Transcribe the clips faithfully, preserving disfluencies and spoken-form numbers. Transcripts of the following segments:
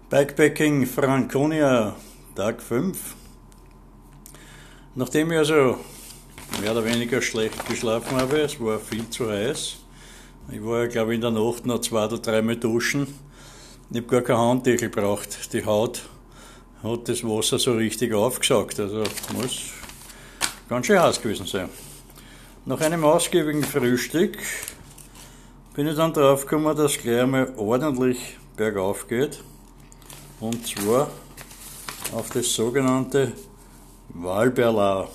Bikepacking Franconia, Tag fünf. Nachdem ich also mehr oder weniger schlecht geschlafen habe, es war viel zu heiß. Ich war ja, glaube ich, in der Nacht noch zwei oder dreimal duschen. Ich habe gar keinen Handdeckel gebraucht. Die Haut hat das Wasser so richtig aufgesaugt. Also muss ganz schön heiß gewesen sein. Nach einem ausgiebigen Frühstück bin ich dann drauf gekommen, dass es gleich einmal ordentlich bergauf geht. Und zwar auf das sogenannte Valberlau.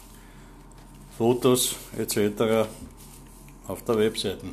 Fotos et cetera auf der Webseite.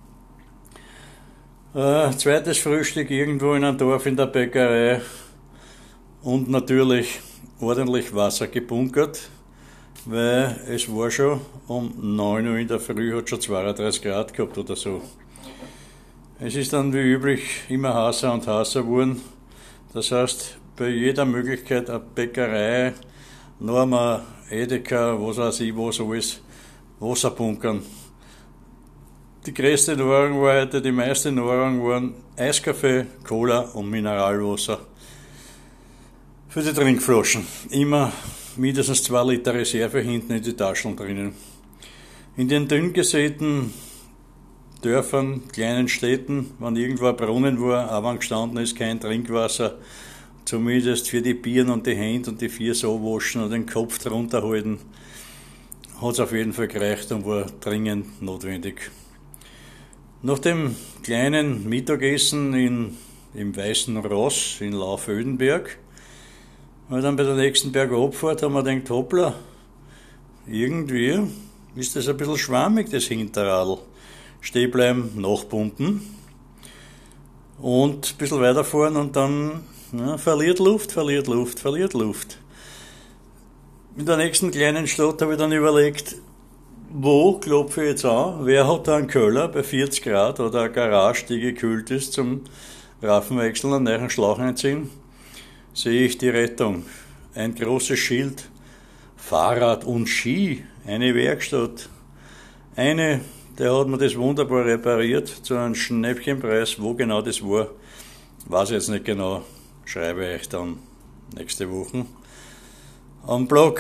Äh, zweites Frühstück irgendwo in einem Dorf in der Bäckerei und natürlich ordentlich Wasser gebunkert, weil es war schon um neun Uhr in der Früh, hat schon zweiunddreißig Grad gehabt oder so. Es ist dann wie üblich immer heißer und heißer geworden. Das heißt, bei jeder Möglichkeit eine Bäckerei, Norma, Edeka, was weiß ich, was alles, Wasser bunkern. Die größte Nahrung war heute, die meiste Nahrung waren Eiskaffee, Cola und Mineralwasser. Für die Trinkflaschen. Immer mindestens zwei Liter Reserve hinten in die Taschen drinnen. In den dünn gesäten Dörfern, kleinen Städten, wenn irgendwo ein Brunnen war, auch wenn gestanden ist, kein Trinkwasser, zumindest für die Birnen und die Hände und die Füße abwaschen und den Kopf drunter halten, hat es auf jeden Fall gereicht und war dringend notwendig. Nach dem kleinen Mittagessen in, im Weißen Ross in Laufödenberg, weil dann bei der nächsten Bergabfahrt haben wir gedacht, hoppla, irgendwie ist das ein bisschen schwammig, das Hinterradl. Stehen bleiben, nachpumpen und ein bisschen weiterfahren und dann ja, verliert Luft, verliert Luft, verliert Luft. In der nächsten kleinen Stadt habe ich dann überlegt, wo klopfe ich jetzt an? Wer hat da einen Keller bei vierzig Grad oder eine Garage, die gekühlt ist, zum Reifenwechseln, einen neuen Schlauch einziehen? Sehe ich die Rettung. Ein großes Schild, Fahrrad und Ski, eine Werkstatt. Eine Der hat mir das wunderbar repariert, zu einem Schnäppchenpreis. Wo genau das war, weiß ich jetzt nicht genau. Schreibe ich dann nächste Woche am Blog.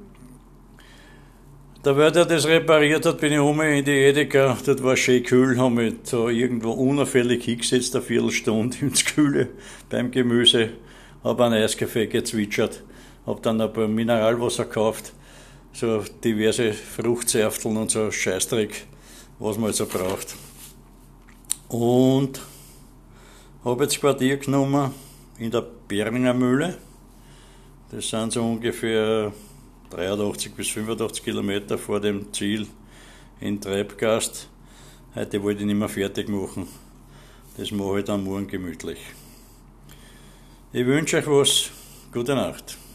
Da, weil der das repariert hat, bin ich um in die Edeka. Dort war es schön kühl, habe mich da irgendwo unauffällig hingesetzt, eine Viertelstunde ins Kühle beim Gemüse. Habe einen Eiskaffee gezwitschert, habe dann ein paar Mineralwasser gekauft, so diverse Fruchtsäfteln und so Scheißdreck, was man jetzt so braucht. Und habe jetzt Quartier genommen in der Berninger Mühle. Das sind so ungefähr dreiundachtzig bis fünfundachtzig Kilometer vor dem Ziel in Treibgast. Heute wollte ich nicht mehr fertig machen. Das mache ich dann morgen gemütlich. Ich wünsche euch was. Gute Nacht.